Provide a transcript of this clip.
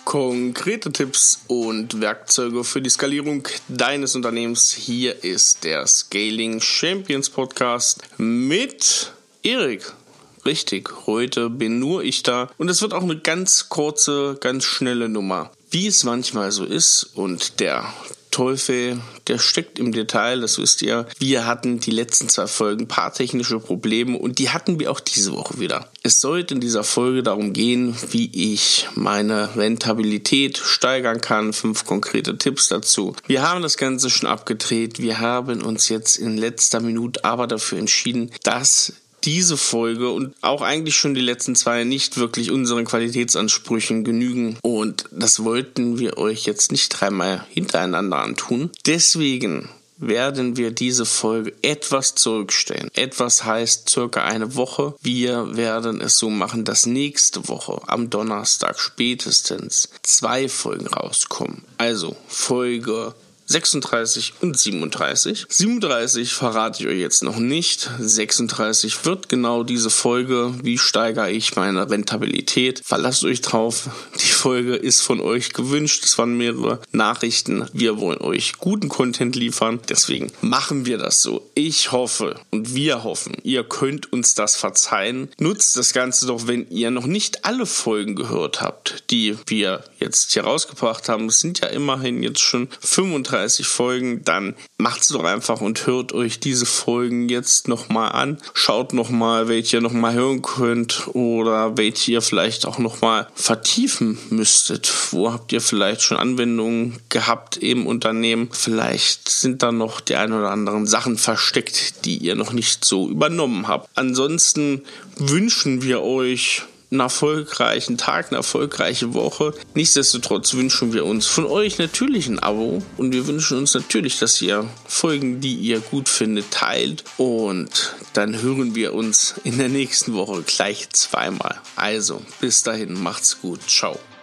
Konkrete Tipps und Werkzeuge für die Skalierung deines Unternehmens. Hier ist der Scaling Champions Podcast mit Erik. Richtig, heute bin nur ich da und es wird auch eine ganz kurze, ganz schnelle Nummer. Wie es manchmal so ist und der Teufel, der steckt im Detail, das wisst ihr. Wir hatten die letzten 2 Folgen ein paar technische Probleme und die hatten wir auch diese Woche wieder. Es sollte in dieser Folge darum gehen, wie ich meine Rentabilität steigern kann. 5 konkrete Tipps dazu. Wir haben das Ganze schon abgedreht. Wir haben uns jetzt in letzter Minute aber dafür entschieden, dass diese Folge und auch eigentlich schon die letzten 2 nicht wirklich unseren Qualitätsansprüchen genügen. Und das wollten wir euch jetzt nicht 3-mal hintereinander antun. Deswegen werden wir diese Folge etwas zurückstellen. Etwas heißt circa eine Woche. Wir werden es so machen, dass nächste Woche am Donnerstag spätestens 2 Folgen rauskommen. Also Folge 36 und 37. 37 verrate ich euch jetzt noch nicht. 36 wird genau diese Folge. Wie steigere ich meine Rentabilität? Verlasst euch drauf. Die Folge ist von euch gewünscht. Es waren mehrere Nachrichten. Wir wollen euch guten Content liefern. Deswegen machen wir das so. Ich hoffe und wir hoffen, ihr könnt uns das verzeihen. Nutzt das Ganze doch, wenn ihr noch nicht alle Folgen gehört habt, die wir jetzt hier rausgebracht haben. Es sind ja immerhin jetzt schon 35 Folgen, dann macht's doch einfach und hört euch diese Folgen jetzt nochmal an. Schaut nochmal, welche ihr nochmal hören könnt oder welche ihr vielleicht auch nochmal vertiefen müsstet. Wo habt ihr vielleicht schon Anwendungen gehabt im Unternehmen? Vielleicht sind da noch die ein oder anderen Sachen versteckt, die ihr noch nicht so übernommen habt. Ansonsten wünschen wir euch einen erfolgreichen Tag, eine erfolgreiche Woche. Nichtsdestotrotz wünschen wir uns von euch natürlich ein Abo und wir wünschen uns natürlich, dass ihr Folgen, die ihr gut findet, teilt und dann hören wir uns in der nächsten Woche gleich 2-mal. Also, bis dahin, macht's gut, ciao.